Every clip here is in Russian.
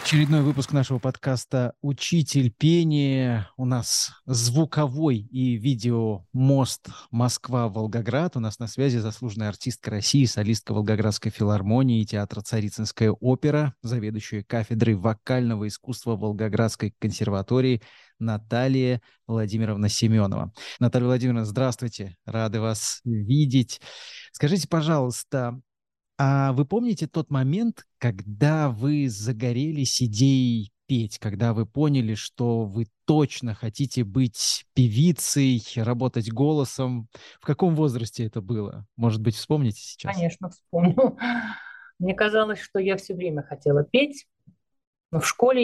Очередной выпуск нашего подкаста «Учитель пения». У нас звуковой и видео мост Москва-Волгоград. У нас на связи заслуженная артистка России, солистка Волгоградской филармонии и театра «Царицынская опера», заведующая кафедрой вокального искусства Волгоградской консерватории Наталья Владимировна Семенова. Наталья Владимировна, здравствуйте. Рады вас видеть. Скажите, пожалуйста, а вы помните тот момент, когда вы загорелись идеей петь, когда вы поняли, что вы точно хотите быть певицей, работать голосом? В каком возрасте это было? Может быть, вспомните сейчас? Конечно, вспомню. Мне казалось, что я все время хотела петь, но в школе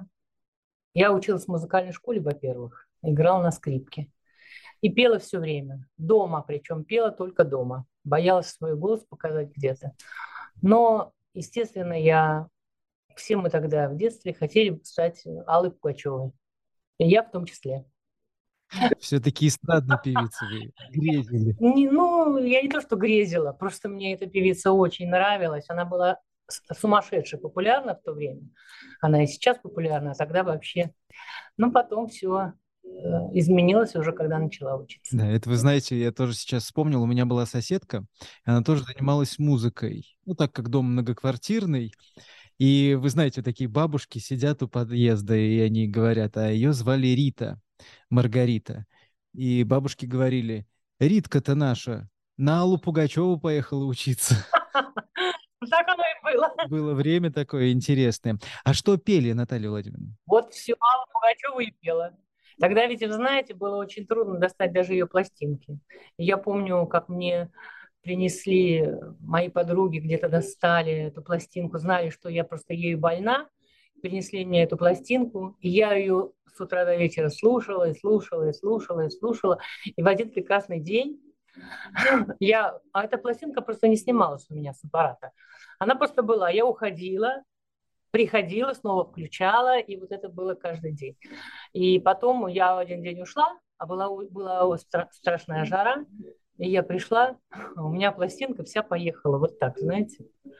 я училась в музыкальной школе, во-первых, играла на скрипке. И пела все время. Дома, причем пела только дома. Боялась свой голос показать где-то. Но, естественно, все мы тогда в детстве хотели стать Аллой Пугачевой. И я в том числе. Все-таки эстрадной певицей вы грезили. Я не то что грезила, просто мне эта певица очень нравилась. Она была сумасшедше популярна в то время. Она и сейчас популярна, а тогда вообще. Но потом все изменилось уже, когда начала учиться. Да, это вы знаете, я тоже сейчас вспомнил, у меня была соседка, она тоже занималась музыкой. Ну, так как дом многоквартирный, и вы знаете, такие бабушки сидят у подъезда, и они говорят, а ее звали Рита, Маргарита. И бабушки говорили, Ритка-то наша на Аллу Пугачеву поехала учиться. Так оно и было. Было время такое интересное. А что пели, Наталья Владимировна? Вот все Алла Пугачева и пела. Тогда ведь, вы знаете, было очень трудно достать даже ее пластинки. И я помню, как мне принесли мои подруги, где-то достали эту пластинку, знали, что я просто ею больна, принесли мне эту пластинку, и я ее с утра до вечера слушала, и слушала, и слушала, и слушала. И в один прекрасный день а эта пластинка просто не снималась у меня с аппарата. Она просто была. Я уходила, приходила, снова включала, и вот это было каждый день. И потом я один день ушла, а была страшная жара, и я пришла, а у меня пластинка вся поехала вот так, знаете.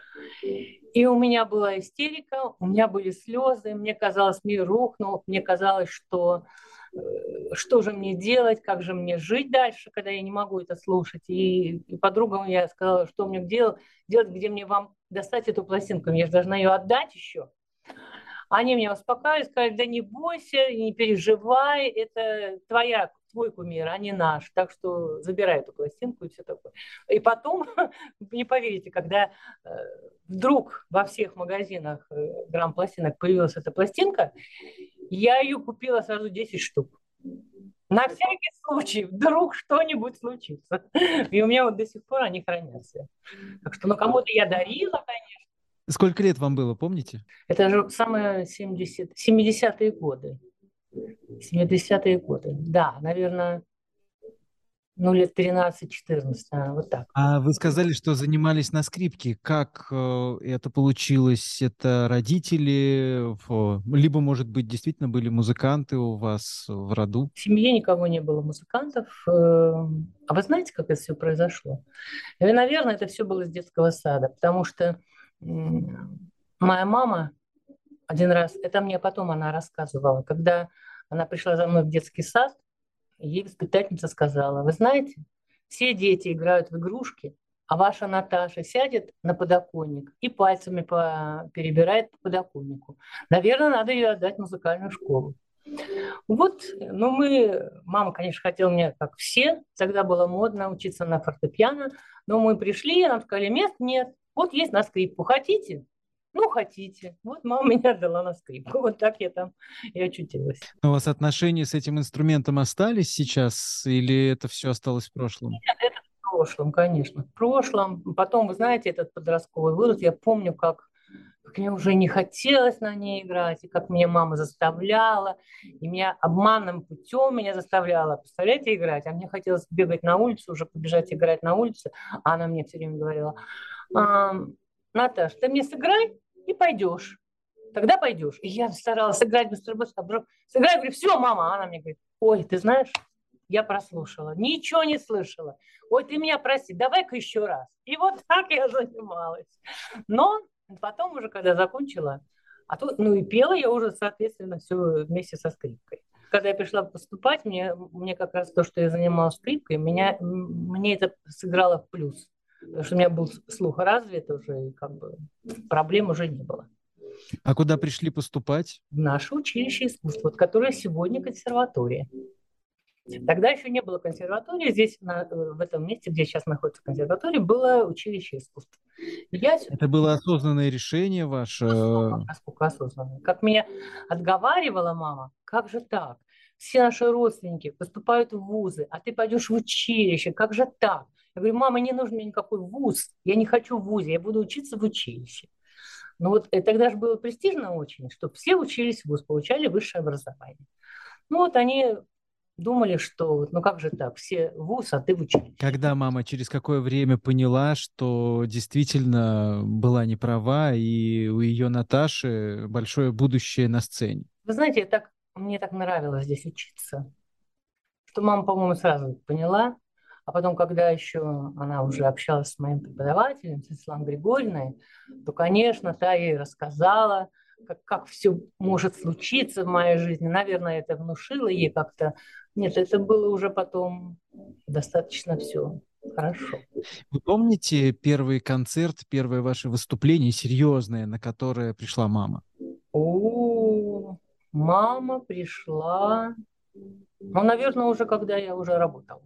И у меня была истерика, у меня были слезы, мне казалось, мир рухнул, мне казалось, что же мне делать, как же мне жить дальше, когда я не могу это слушать. И подруга я сказала, что мне делать, где мне вам достать эту пластинку, я же должна ее отдать еще. Они меня успокаивают, сказали, да не бойся, не переживай, это твой кумир, а не наш. Так что забирай эту пластинку и все такое. И потом, не поверите, когда вдруг во всех магазинах грамм-пластинок появилась эта пластинка, я ее купила сразу 10 штук. На всякий случай, вдруг что-нибудь случится. И у меня вот до сих пор они хранятся. Так что, кому-то я дарила, конечно. Сколько лет вам было, помните? Это же самые 70-е годы. 70-е годы. Да, наверное, лет 13-14, вот так. А вы сказали, что занимались на скрипке. Как это получилось? Это родители, либо, может быть, действительно были музыканты у вас в роду? В семье никого не было музыкантов. А вы знаете, как это все произошло? И, наверное, это все было с детского сада, потому что моя мама один раз, это мне потом она рассказывала, когда она пришла за мной в детский сад, ей воспитательница сказала, вы знаете, все дети играют в игрушки, а ваша Наташа сядет на подоконник и пальцами перебирает по подоконнику. Наверное, надо ее отдать в музыкальную школу. Вот, мама, конечно, хотела мне, как все, тогда было модно учиться на фортепиано, но мы пришли, нам сказали, мест нет, вот есть на скрипку, хотите? Ну, хотите. Вот мама меня отдала на скрипку. Вот так я там и очутилась. У вас отношения с этим инструментом остались сейчас, или это все осталось в прошлом? В прошлом, конечно, в прошлом. Потом, вы знаете, этот подростковый возраст, я помню, как мне уже не хотелось на ней играть, и как меня мама заставляла, и меня обманным путем меня заставляла, представляете, играть. А мне хотелось бегать на улицу, уже побежать играть на улице, а она мне все время говорила, Наташ, ты мне сыграй и пойдешь. Тогда пойдешь. И я старалась сыграть быстро-быстро. Сыграй, говорю, все, мама. А она мне говорит, ой, ты знаешь, я прослушала, ничего не слышала. Ой, ты меня прости, давай-ка еще раз. И вот так я занималась. Но потом уже, когда закончила А тут, ну и пела я уже, соответственно, все вместе со скрипкой. Когда я пришла поступать, мне как раз то, что я занималась скрипкой, мне это сыграло в плюс. Потому что у меня был слух развит уже, и как бы проблем уже не было. А куда пришли поступать? В наше училище искусств, вот, которое сегодня консерватория. Тогда еще не было консерватории. Здесь, в этом месте, где сейчас находится консерватория, было училище искусств. Я Это было осознанное решение ваше? насколько осознанно. Как меня отговаривала мама, как же так? Все наши родственники поступают в вузы, а ты пойдешь в училище, как же так? Я говорю, мама, не нужен мне никакой вуз, я не хочу в вузе, я буду учиться в училище. Ну вот тогда же было престижно очень, чтобы все учились в вуз, получали высшее образование. Ну вот они думали, что ну как же так, все в вуз, а ты в училище. Когда мама через какое время поняла, что действительно была не права, и у ее Наташи большое будущее на сцене? Вы знаете, мне так нравилось здесь учиться, что мама, по-моему, сразу поняла. А потом, когда еще она уже общалась с моим преподавателем, с Светланой Григорьевной, то, конечно, та ей рассказала, как все может случиться в моей жизни. Наверное, это внушило ей как-то. Нет, это было уже потом достаточно все хорошо. Вы помните первый концерт, первое ваше выступление серьезное, на которое пришла мама? О, мама пришла, ну, наверное, уже когда я уже работала.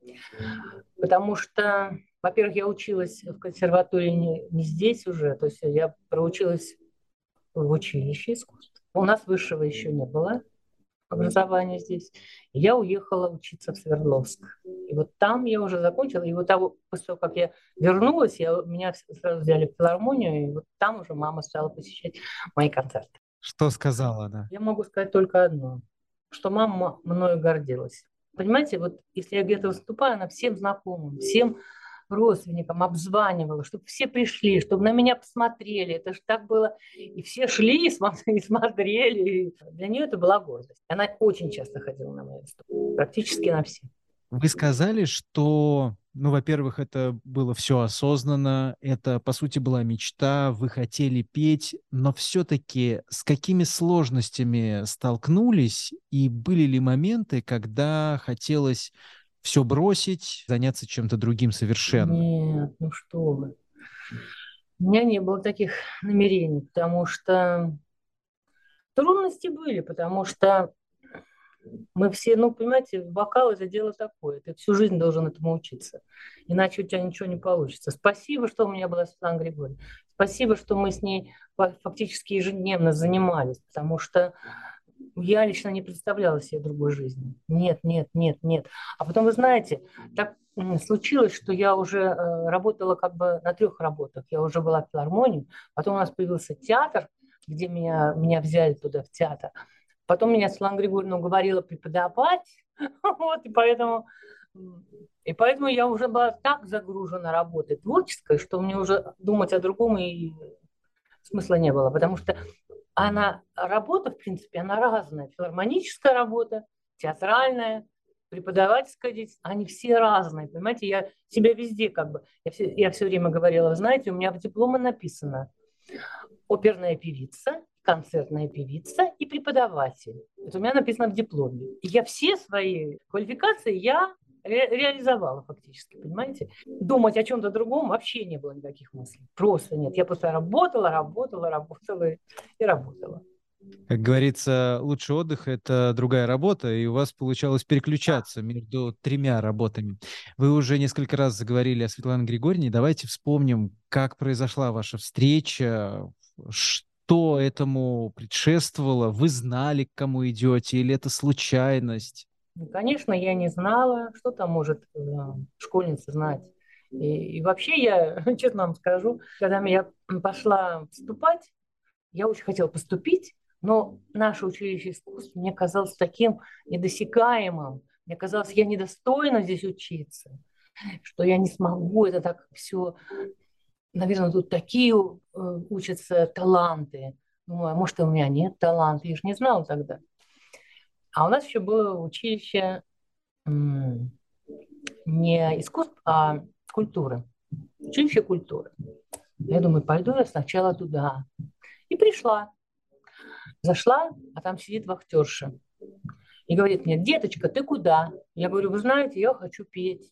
Потому что, во-первых, я училась в консерватории не здесь уже, то есть я проучилась в училище искусств. У нас высшего еще не было образования здесь. И я уехала учиться в Свердловск. И вот там я уже закончила. И вот после того, как я вернулась, меня сразу взяли в филармонию, и вот там уже мама стала посещать мои концерты. Что сказала она? Я могу сказать только одно, что мама мною гордилась. Понимаете, вот если я где-то выступаю, она всем знакомым, всем родственникам обзванивала, чтобы все пришли, чтобы на меня посмотрели. Это же так было. И все шли и смотрели. Для нее это была гордость. Она очень часто ходила на мои выступления, практически на все. Вы сказали, что, ну, во-первых, это было все осознанно, это, по сути, была мечта, вы хотели петь, но все-таки с какими сложностями столкнулись, и были ли моменты, когда хотелось все бросить, заняться чем-то другим совершенно? Нет, ну что вы. У меня не было таких намерений, потому что трудности были, потому что мы все, ну, понимаете, вокал это дело такое. Ты всю жизнь должен этому учиться. Иначе у тебя ничего не получится. Спасибо, что у меня была Светлана Григорьевна. Спасибо, что мы с ней фактически ежедневно занимались, потому что я лично не представляла себе другой жизни. Нет, нет, нет, нет. А потом, вы знаете, так случилось, что я уже работала как бы на 3 работах. Я уже была в филармонии, потом у нас появился театр, где меня взяли туда, в театр. Потом меня Светлана Григорьевна уговорила преподавать, вот, и поэтому я уже была так загружена работой творческой, что мне уже думать о другом и смысла не было, потому что работа, в принципе, она разная. Филармоническая работа, театральная, преподавательская деятельность, они все разные, понимаете, я себя везде как бы, я все время говорила, знаете, у меня в дипломе написано оперная певица, концертная певица и преподаватель. Это у меня написано в дипломе. И я все свои квалификации реализовала фактически, понимаете? Думать о чем-то другом вообще не было никаких мыслей. Просто нет. Я просто работала, работала, работала и работала. Как говорится, лучший отдых — это другая работа, и у вас получалось переключаться между тремя работами. Вы уже несколько раз заговорили о Светлане Григорьевне. Давайте вспомним, как произошла ваша встреча, что этому предшествовало. Вы знали, к кому идете, или это случайность? Ну, конечно, я не знала, что там может школьница знать. И вообще я, честно вам скажу, когда я пошла вступать, я очень хотела поступить, но наше училище искусств мне казалось таким недосягаемым. Мне казалось, я недостойна здесь учиться, что я не смогу. Это так все, наверное, тут такие учатся таланты. Думаю, а может, у меня нет таланта. Я же не знала тогда. А у нас еще было училище не искусств, а культуры. Училище культуры. Я думаю, пойду я сначала туда. И пришла. Зашла, а там сидит вахтерша. И говорит мне: деточка, ты куда? Я говорю: вы знаете, я хочу петь.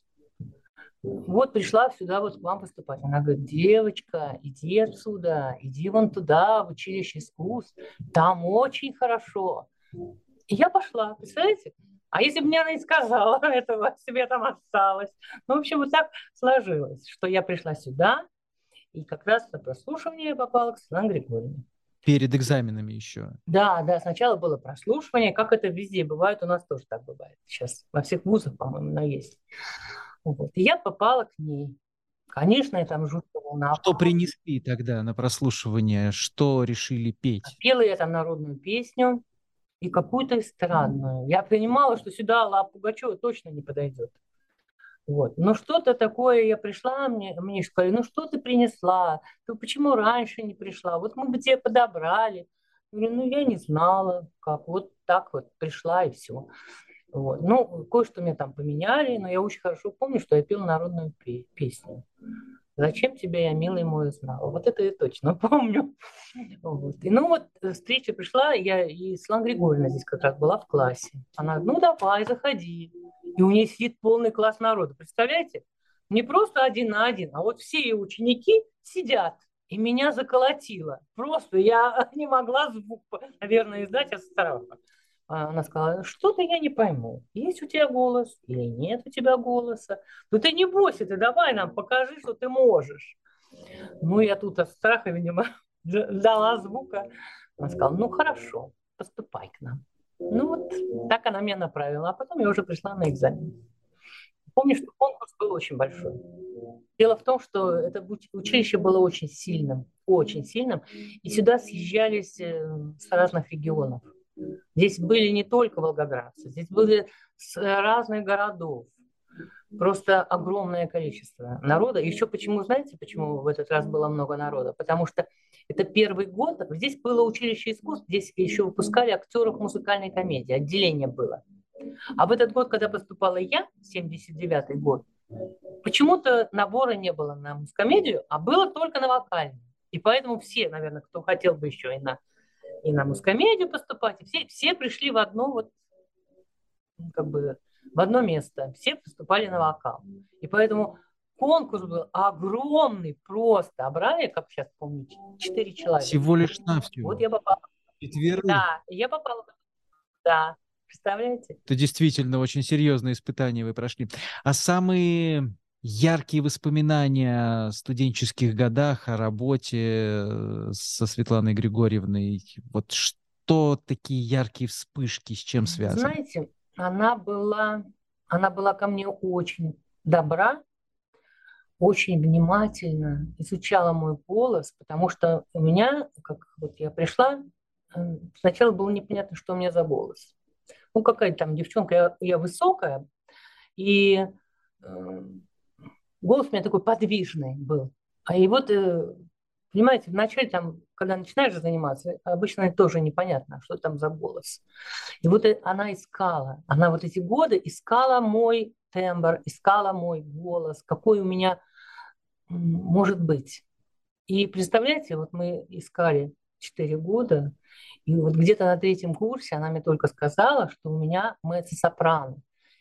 Вот пришла сюда вот к вам поступать. Она говорит: девочка, иди отсюда, иди вон туда, в училище искусств, там очень хорошо. И я пошла, представляете? А если бы мне она не сказала этого, себе там осталось. Ну, в общем, вот так сложилось, что я пришла сюда, и как раз на прослушивание я попала к Светлане Григорьевне. Перед экзаменами еще. Да, да, сначала было прослушивание, как это везде бывает, у нас тоже так бывает. Сейчас во всех вузах, по-моему, оно есть. Вот. И я попала к ней. Конечно, я там жутко Что волновалась. принесли тогда на прослушивание? Что решили петь? Пела я там народную песню и какую-то эстрадную. Я понимала, что сюда Алла Пугачева точно не подойдет. Вот. Но что-то такое, я пришла, мне сказали: ну что ты принесла? Ты почему раньше не пришла? Вот мы бы тебя подобрали. Я говорю: ну я не знала, как. Вот так вот пришла и все. Вот. Ну, кое-что мне там поменяли, но я очень хорошо помню, что я пела народную песню. Зачем тебя я, милый мой, узнала? Вот это я точно помню. Вот. И ну вот встреча пришла, я и Светлана Григорьевна здесь как раз была в классе. Она: ну давай, заходи. И у нее сидит полный класс народа. Представляете? Не просто один на один, а вот все ее ученики сидят. И меня заколотило. Просто я не могла звук, наверное, издать от страха. Она сказала: что-то я не пойму, есть у тебя голос или нет у тебя голоса. Ну ты не бойся, ты давай нам покажи, что ты можешь. Ну я тут от страха, видимо, дала звука. Она сказала: ну хорошо, поступай к нам. Ну вот так она меня направила, а потом я уже пришла на экзамен. Помню, что конкурс был очень большой. Дело в том, что это училище было очень сильным, и сюда съезжались с разных регионов. Здесь были не только волгоградцы, здесь были с разных городов. Просто огромное количество народа. Еще почему, знаете, почему в этот раз было много народа? Потому что это первый год, здесь было училище искусств, здесь еще выпускали актеров музыкальной комедии, отделение было. А в этот год, когда поступала я, 79-й год, почему-то набора не было на музкомедию, а было только на вокальную. И поэтому все, наверное, кто хотел бы еще и на музкомедию поступать, и все пришли в одно вот, как бы, в одно место. Все поступали на вокал. И поэтому конкурс был огромный просто. А брали, как сейчас помню, 4 человека. Всего лишь Вот навсего. я попала. Четверых. Да, я попала. Да, представляете? Это действительно очень серьезное испытание вы прошли. А самые яркие воспоминания о студенческих годах, о работе со Светланой Григорьевной, вот что такие яркие вспышки, с чем связаны? Знаете, она была ко мне очень добра, очень внимательно изучала мой голос, потому что у меня, как вот я пришла, сначала было непонятно, что у меня за голос. Ну, какая-то там девчонка, я высокая, и голос у меня такой подвижный был. И вот, понимаете, вначале там, когда начинаешь заниматься, обычно тоже непонятно, что там за голос. И вот она искала, она вот эти годы искала мой тембр, искала мой голос, какой у меня может быть. И представляете, вот мы искали 4 года, и вот где-то на 3-м курсе она мне только сказала, что у меня меццо-сопрано.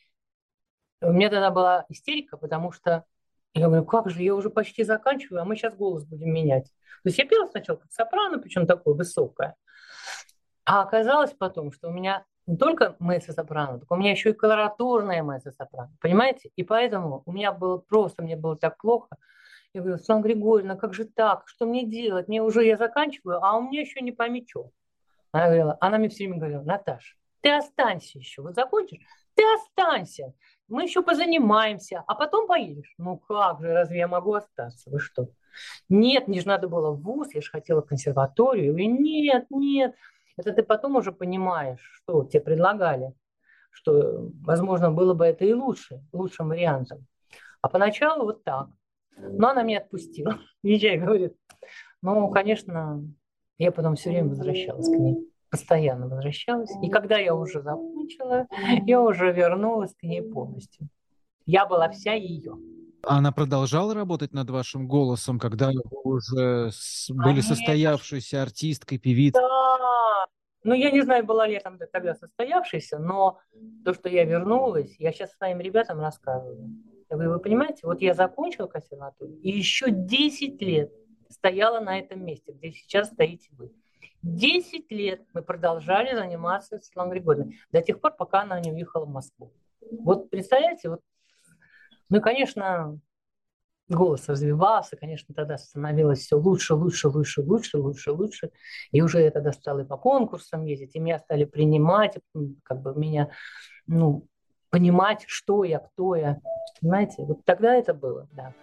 У меня тогда была истерика, потому что я говорю: как же, я уже почти заканчиваю, а мы сейчас голос будем менять. То есть я пела сначала как сопрано, причем такое высокое. А оказалось потом, что у меня не только меццо-сопрано, так у меня еще и колоратурная меццо-сопрано. Понимаете? И поэтому у меня было просто, мне было так плохо. Я говорю: Светлана Григорьевна, как же так? Что мне делать? Мне уже, я заканчиваю, а у меня еще не пойми что. Она мне все время говорила: Наташ, ты останься еще. Вот закончишь, ты останься. Мы еще позанимаемся, а потом поедешь. Ну как же, разве я могу остаться? Вы что? Нет, мне же надо было в вуз, я же хотела в консерваторию. Я говорю: нет, нет. Это ты потом уже понимаешь, что тебе предлагали, что, возможно, было бы это и лучшим вариантом. А поначалу вот так. Но она меня отпустила. Езжай, говорит. Ну, конечно, я потом все время возвращалась к ней. Постоянно возвращалась. И когда я уже закончила, я уже вернулась к ней полностью. Я была вся ее. Она продолжала работать над вашим голосом, когда вы уже были Конечно, состоявшейся артисткой, певицей? да. Ну, я не знаю, была ли я там тогда состоявшейся, но то, что я вернулась, я сейчас своим ребятам рассказываю. Я говорю, вы понимаете, вот я закончила консерваторию, и еще 10 лет стояла на этом месте, где сейчас стоите вы. 10 лет мы продолжали заниматься Светланой Григорьевной, до тех пор, пока она не уехала в Москву. Вот представляете, вот, ну, конечно, голос развивался, конечно, тогда становилось все лучше, лучше, лучше, лучше, лучше, лучше. И уже я тогда стала и по конкурсам ездить, и меня стали принимать, как бы меня, ну, понимать, что я, кто я. Понимаете, вот тогда это было, да.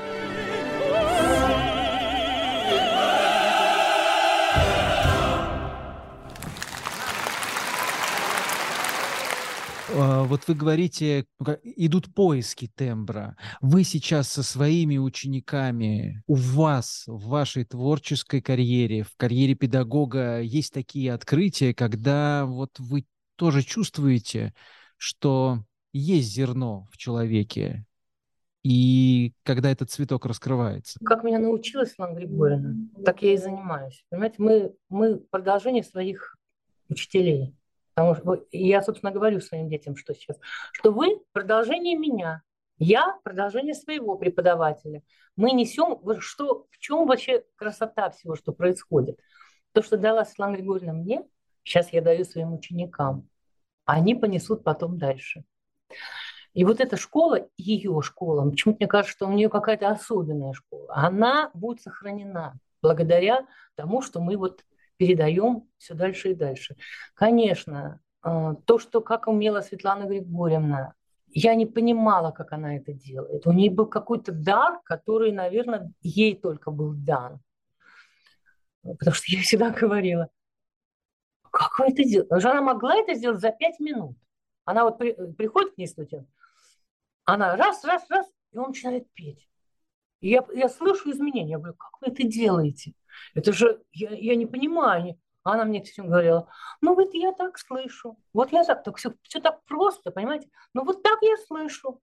Вот вы говорите, идут поиски тембра. Вы сейчас со своими учениками, у вас в вашей творческой карьере, в карьере педагога есть такие открытия, когда вот вы тоже чувствуете, что есть зерно в человеке, и когда этот цветок раскрывается. Как меня научила Светлана Григорьевна, так я и занимаюсь. Понимаете, мы продолжение своих учителей. Потому что я, собственно, говорю своим детям, что сейчас, что вы продолжение меня, я продолжение своего преподавателя. Мы несем, вот что, в чем вообще красота всего, что происходит. То, что дала Светлана Григорьевна мне, сейчас я даю своим ученикам. Они понесут потом дальше. И вот эта школа, ее школа, почему-то мне кажется, что у нее какая-то особенная школа, она будет сохранена благодаря тому, что мы вот передаем все дальше и дальше. Конечно, то, что как умела Светлана Григорьевна, я не понимала, как она это делает. У нее был какой-то дар, который, наверное, ей только был дан. Потому что я всегда говорила, как вы это делаете? Потому что она могла это сделать за 5 минут. Она вот приходит к ней студент, она раз, раз, раз, и он начинает петь. И я слышу изменения. Я говорю, как вы это делаете? Это же, я не понимаю. А она мне все говорила, ну вот я так слышу. Вот я так все так просто, понимаете? Ну вот так я слышу.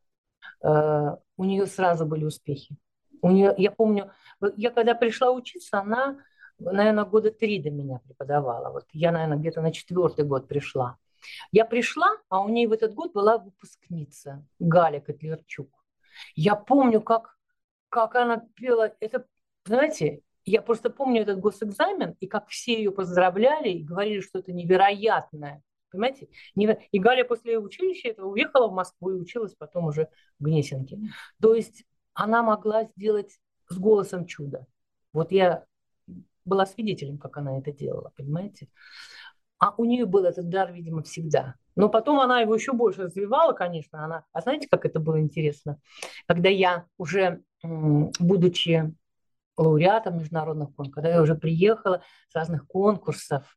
У нее сразу были успехи. У нее, я помню, я когда пришла учиться, она, наверное, года 3 до меня преподавала. Вот я, наверное, где-то на 4-й год пришла. Я пришла, а у нее в этот год была выпускница Галя Котлярчук. Я помню, как она пела. Это, знаете, я просто помню этот госэкзамен, и как все ее поздравляли и говорили, что это невероятное. Понимаете? И Галя после училища этого уехала в Москву и училась потом уже в Гнесинке. То есть она могла сделать с голосом чудо. Вот я была свидетелем, как она это делала, понимаете? А у нее был этот дар, видимо, всегда. Но потом она его еще больше развивала, конечно. А знаете, как это было интересно? Когда я уже, будучи лауреатом международных конкурсов, когда я уже приехала с разных конкурсов,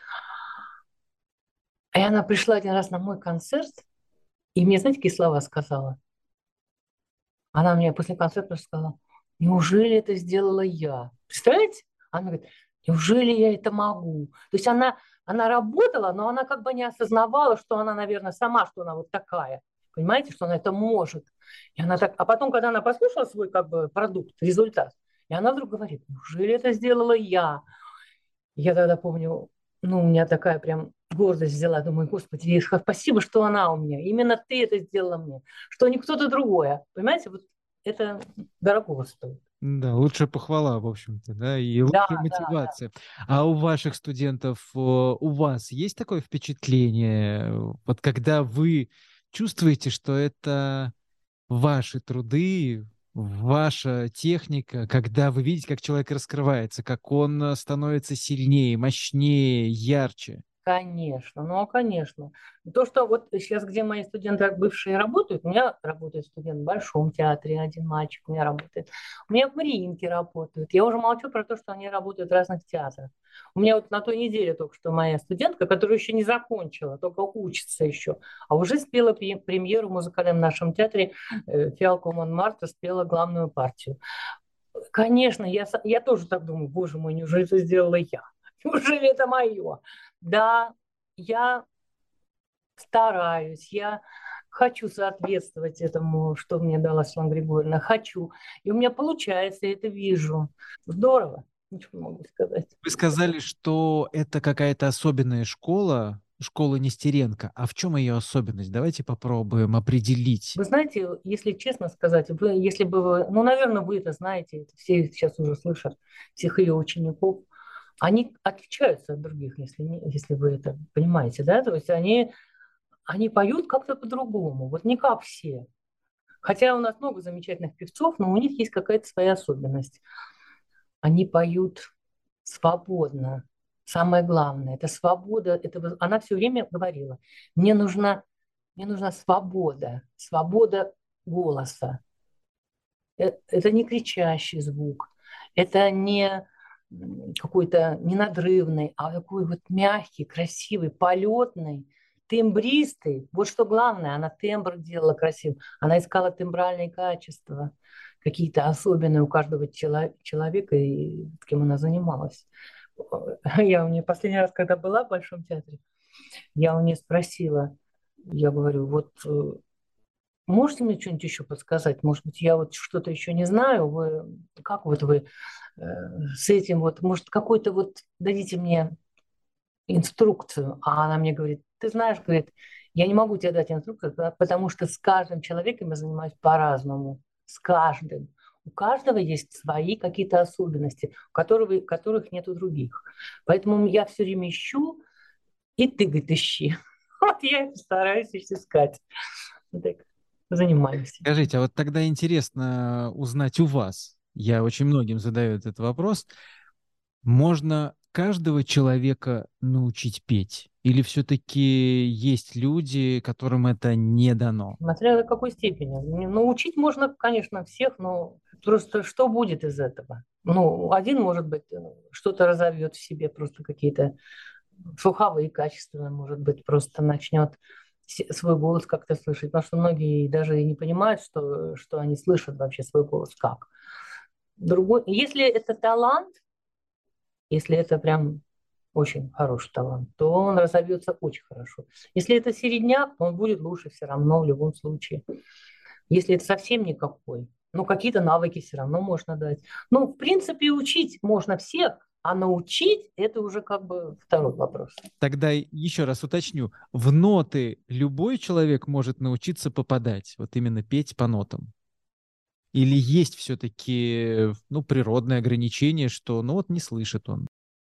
и она пришла один раз на мой концерт, и мне, знаете, какие слова сказала? Она мне после концерта сказала, неужели это сделала я? Представляете? Она говорит, неужели я это могу? То есть она работала, но она как бы не осознавала, что она, наверное, сама, что она вот такая. Понимаете, что она это может. И она так... А потом, когда она послушала свой как бы продукт, результат, и она вдруг говорит, неужели это сделала я? Я тогда помню, ну, у меня такая прям гордость взяла. Думаю, Господи, спасибо, что она у меня. Именно ты это сделала мне. Что не кто-то другое. Понимаете, вот это дорого стоит. Да, лучшая похвала, в общем-то, да, и Да, лучшая да, да. мотивация. А у ваших студентов, у вас есть такое впечатление, вот когда вы чувствуете, что это ваши труды, ваша техника, когда вы видите, как человек раскрывается, как он становится сильнее, мощнее, ярче? Конечно, ну, конечно. То, что вот сейчас, где мои студенты бывшие работают, у меня работает студент в Большом театре, один мальчик у меня работает. У меня в Мариинке работают. Я уже молчу про то, что они работают в разных театрах. У меня вот на той неделе только что моя студентка, которая еще не закончила, только учится еще, а уже спела премьеру в музыкальном нашем театре «Фиалка у Монмартра», спела главную партию. Конечно, я тоже так думаю, боже мой, неужели это сделала я? Неужели это мое? Да, я стараюсь, я хочу соответствовать этому, что мне дала Светлана Григорьевна, хочу. И у меня получается, я это вижу. Здорово, Ничего не могу сказать. Вы сказали, что это какая-то особенная школа, школа Нестеренко. А в чем ее особенность? Давайте попробуем определить. Вы знаете, если честно сказать, если бы вы, ну, наверное, вы это знаете, это все сейчас уже слышат, всех ее учеников, они отличаются от других, если вы это понимаете, да, то есть они поют как-то по-другому, вот не как все. Хотя у нас много замечательных певцов, но у них есть какая-то своя особенность. Они поют свободно. Самое главное, это свобода. Она все время говорила, мне нужна, мне нужна свобода, свобода голоса. Это не кричащий звук, это не какой-то не надрывный, а такой вот мягкий, красивый, полетный, тембристый. Вот что главное, она тембр делала красивым. Она искала тембральные качества, какие-то особенные у каждого человека, и кем она занималась. Я у нее последний раз, когда была в Большом театре, я у нее спросила, я говорю, вот можете мне что-нибудь еще подсказать? Может быть, я вот что-то еще не знаю. Как вот вы с этим вот, может, какой-то вот дадите мне инструкцию? А она мне говорит, ты знаешь, говорит, я не могу тебе дать инструкцию, потому что с каждым человеком я занимаюсь по-разному. С каждым. У каждого есть свои какие-то особенности, которых нет у других. Поэтому я все время ищу, и ты, говорит, ищи. Вот я и стараюсь искать. Вот так занимаюсь. Скажите, а вот тогда интересно узнать у вас. Я очень многим задаю этот вопрос. Можно каждого человека научить петь? Или все-таки есть люди, которым это не дано? Смотря до какой степени. Научить можно, конечно, всех, но просто что будет из этого? Ну, один, может быть, что-то разовьет в себе, просто какие-то слуховые качества, может быть, просто начнет свой голос как-то слышать. Потому что многие даже и не понимают, что они слышат вообще свой голос как. Другой, если это талант, если это прям очень хороший талант, то он разовьется очень хорошо. Если это середняк, то он будет лучше все равно в любом случае. Если это совсем никакой, ну, какие-то навыки все равно можно дать. Ну, в принципе, учить можно всех, а научить – это уже как бы второй вопрос. Тогда еще раз уточню. В ноты любой человек может научиться попадать, вот именно петь по нотам? Или есть все-таки, ну, природное ограничение, что, ну, вот не слышит он?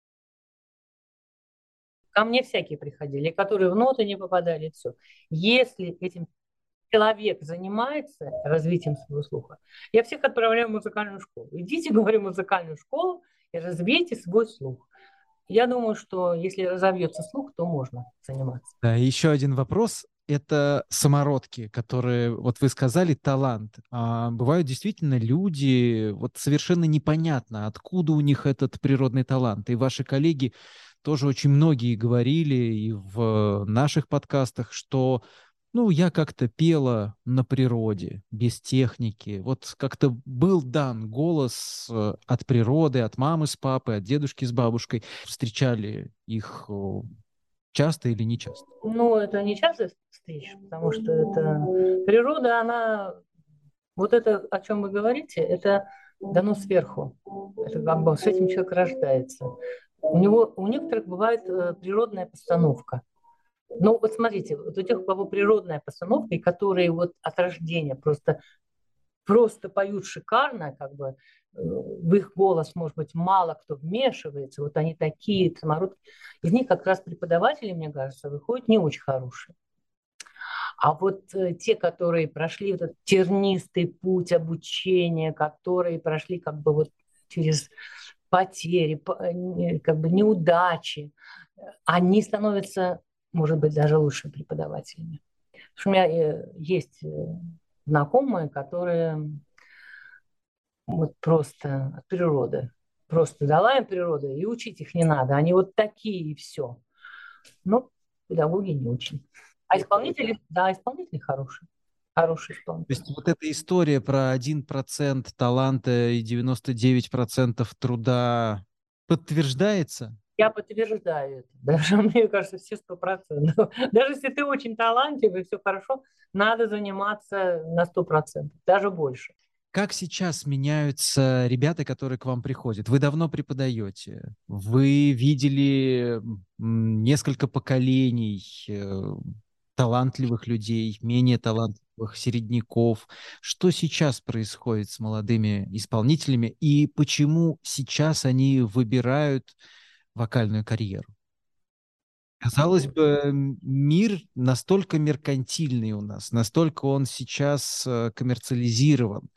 Ко мне всякие приходили, которые в ноты не попадали, все. Если этим человек занимается развитием своего слуха, я всех отправляю в музыкальную школу. Идите, говорю, в музыкальную школу и развейте свой слух. Я думаю, что если разовьется слух, то можно заниматься. Да, еще один вопрос. Это самородки, которые, вот вы сказали, талант. А бывают действительно люди, вот совершенно непонятно, откуда у них этот природный талант. И ваши коллеги тоже очень многие говорили и в наших подкастах, что, ну, я как-то пела на природе, без техники. Вот как-то был дан голос от природы, от мамы с папой, от дедушки с бабушкой. Встречали их часто или не часто? Ну, это не частая встреча, потому что это природа, она, вот это, о чем вы говорите, это дано сверху. Это как бы с этим человек рождается. У некоторых бывает природная постановка. Ну, вот смотрите, вот у тех, у кого природная постановка, и которые вот от рождения просто поют шикарно, как бы в их голос, может быть, мало кто вмешивается, вот они такие самородки, из них как раз преподаватели, мне кажется, выходят не очень хорошие. А вот те, которые прошли вот этот тернистый путь обучения, которые прошли как бы вот через потери, как бы неудачи, они становятся, может быть, даже лучшими преподавателями. Потому что у меня есть знакомые, которые вот просто от природы. Просто дала им природа, и учить их не надо. Они вот такие, и все. Но педагоги не очень. А исполнители, да, исполнители хорошие. Хорошие То исполнители. есть вот эта история про 1% таланта и 99% труда подтверждается? Я подтверждаю это. Даже, мне кажется, все 100%. Даже если ты очень талантливый, все хорошо, надо заниматься на 100%, даже больше. Как сейчас меняются ребята, которые к вам приходят? Вы давно преподаете, вы видели несколько поколений талантливых людей, менее талантливых, середняков. Что сейчас происходит с молодыми исполнителями и почему сейчас они выбирают вокальную карьеру? Казалось бы, мир настолько меркантильный у нас, настолько он сейчас коммерциализирован.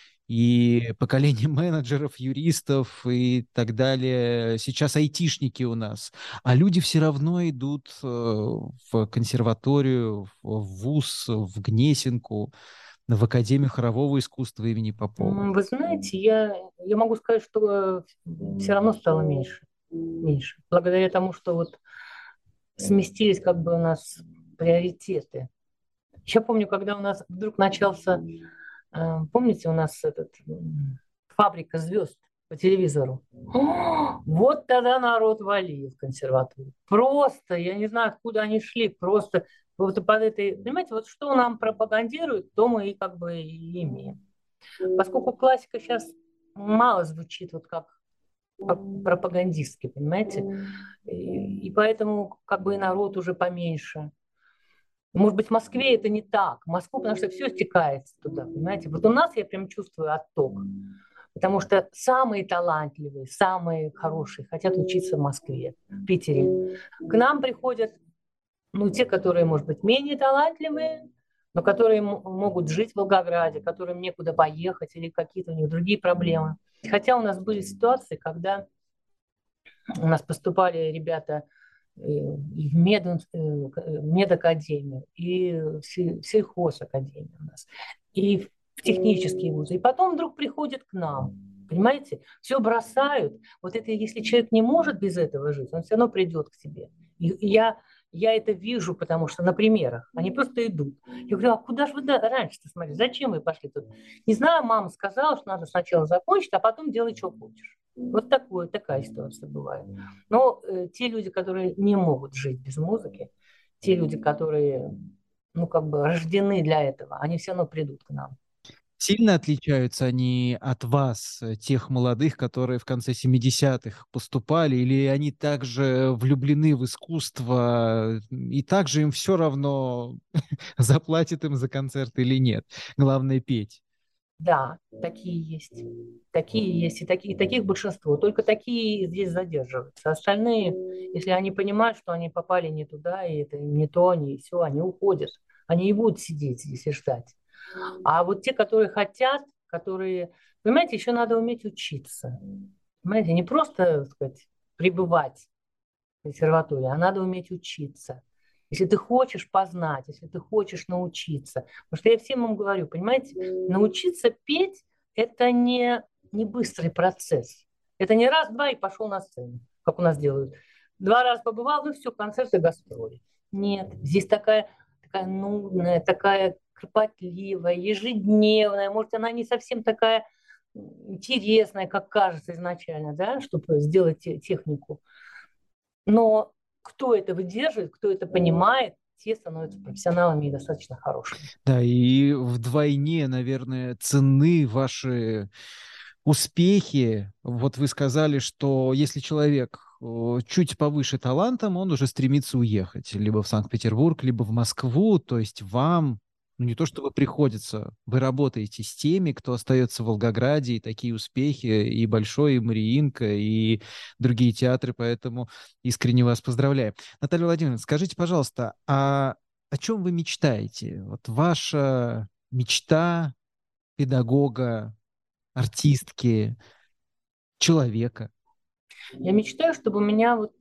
И поколение менеджеров, юристов и так далее, сейчас айтишники у нас. А люди все равно идут в консерваторию, в ВУЗ, в Гнесинку, в Академию хорового искусства имени Попова. Вы знаете, я могу сказать, что все равно стало меньше. Меньше. Благодаря тому, что вот сместились как бы у нас приоритеты. Я помню, когда у нас вдруг начался, помните, у нас «Фабрика звезд» по телевизору. Вот тогда народ валил в консерваторию. Просто, я не знаю, откуда они шли, просто вот под этой, понимаете, вот что нам пропагандируют, то мы и как бы и имеем. Поскольку классика сейчас мало звучит вот как пропагандистски, понимаете, и поэтому как бы и народ уже поменьше. Может быть, в Москве это не так. В Москву, потому что все стекается туда, понимаете. Вот у нас я прям чувствую отток. Потому что самые талантливые, самые хорошие хотят учиться в Москве, в Питере. К нам приходят, ну, те, которые, может быть, менее талантливые, но которые могут жить в Волгограде, которым некуда поехать или какие-то у них другие проблемы. Хотя у нас были ситуации, когда у нас поступали ребята и в медакадемию, и в сельхозакадемию у нас, и в технические вузы. И потом вдруг приходят к нам. Понимаете? Все бросают. Вот это, если человек не может без этого жить, он все равно придет к тебе. И я это вижу, потому что на примерах. Они просто идут. Я говорю, а куда же вы раньше-то смотрели? Зачем вы пошли тут? Не знаю, мама сказала, что надо сначала закончить, а потом делай, что хочешь. Вот такая ситуация бывает. Но те люди, которые не могут жить без музыки, те люди, которые, ну, как бы рождены для этого, они все равно придут к нам. Сильно отличаются они от вас, тех молодых, которые в конце 70-х поступали, или они также влюблены в искусство, и также им все равно, заплатит им за концерт или нет? Главное петь. Да, такие есть. Такие есть, и таких большинство. Только такие здесь задерживаются. Остальные, если они понимают, что они попали не туда, и это не то, не все, они уходят. Они не будут сидеть здесь и ждать. А вот те, которые хотят, которые... Понимаете, еще надо уметь учиться. Понимаете, не просто, так сказать, пребывать в консерватории, а надо уметь учиться. Если ты хочешь познать, если ты хочешь научиться. Потому что я всем им говорю, понимаете, научиться петь – это не быстрый процесс. Это не раз-два и пошел на сцену, как у нас делают. 2 раза побывал, ну все, концерты, гастроли. Нет, здесь такая нудная, такая кропотливая, ежедневная. Может, она не совсем такая интересная, как кажется изначально, да, чтобы сделать технику. Но кто это выдерживает, кто это понимает, те становятся профессионалами и достаточно хорошими. Да, и вдвойне, наверное, ценны ваши успехи. Вот вы сказали, что если человек чуть повыше талантом, он уже стремится уехать либо в Санкт-Петербург, либо в Москву. То есть вам, ну не то чтобы приходится, вы работаете с теми, кто остается в Волгограде, и такие успехи, и Большой, и Мариинка, и другие театры, поэтому искренне вас поздравляю. Наталья Владимировна, скажите, пожалуйста, а о чем вы мечтаете? Вот ваша мечта педагога, артистки, человека. Я мечтаю, чтобы у меня вот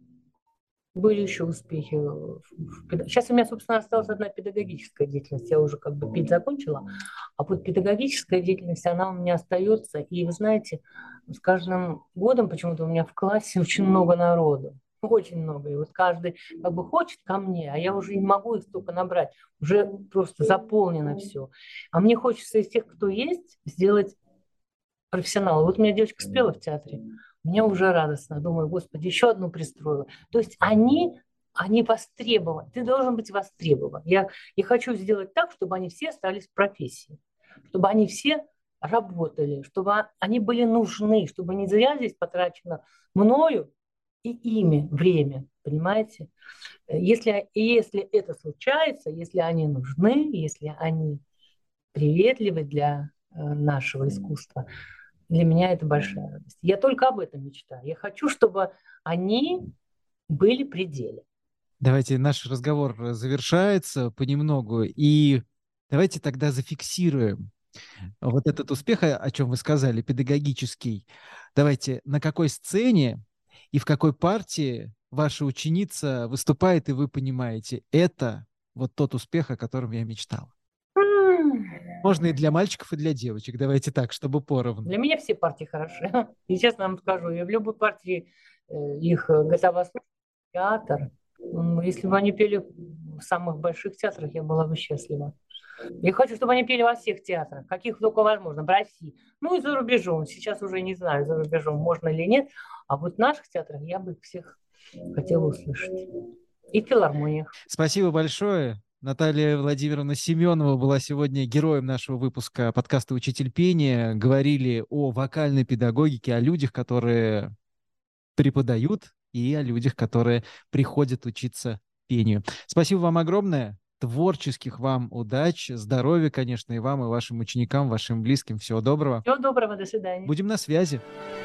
были еще успехи. Сейчас у меня, собственно, осталась одна педагогическая деятельность. Я уже как бы петь закончила. А вот педагогическая деятельность, она у меня остается. И вы знаете, с каждым годом почему-то у меня в классе очень много народу. Очень много. И вот каждый как бы хочет ко мне, а я уже не могу их столько набрать. Уже просто заполнено все. А мне хочется из тех, кто есть, сделать профессионала. Вот у меня девочка спела в театре. Мне уже радостно. Думаю, господи, еще одну пристроила. То есть они востребованы. Ты должен быть востребован. Я хочу сделать так, чтобы они все остались в профессии. Чтобы они все работали, чтобы они были нужны, чтобы не зря здесь потрачено мною и ими время, понимаете? Если это случается, если они нужны, если они приветливы для нашего искусства, для меня это большая радость. Я только об этом мечтаю. Я хочу, чтобы они были при деле. Давайте наш разговор завершается понемногу, и давайте тогда зафиксируем вот этот успех, о чем вы сказали, педагогический. Давайте, на какой сцене и в какой партии ваша ученица выступает, и вы понимаете, это вот тот успех, о котором я мечтал. Можно и для мальчиков, и для девочек. Давайте так, чтобы поровну. Для меня все партии хороши. И честно вам скажу, я в любой партии их готова слушать. Театр. Если бы они пели в самых больших театрах, я была бы счастлива. Я хочу, чтобы они пели во всех театрах, каких только возможно, в России. Ну и за рубежом. Сейчас уже не знаю, за рубежом можно или нет. А вот в наших театрах я бы их всех хотела услышать. И в филармониях. Спасибо большое. Наталья Владимировна Семенова была сегодня героем нашего выпуска подкаста «Учитель пения». Говорили о вокальной педагогике, о людях, которые преподают, и о людях, которые приходят учиться пению. Спасибо вам огромное. Творческих вам удач, здоровья, конечно, и вам, и вашим ученикам, вашим близким. Всего доброго. Всего доброго, до свидания. Будем на связи.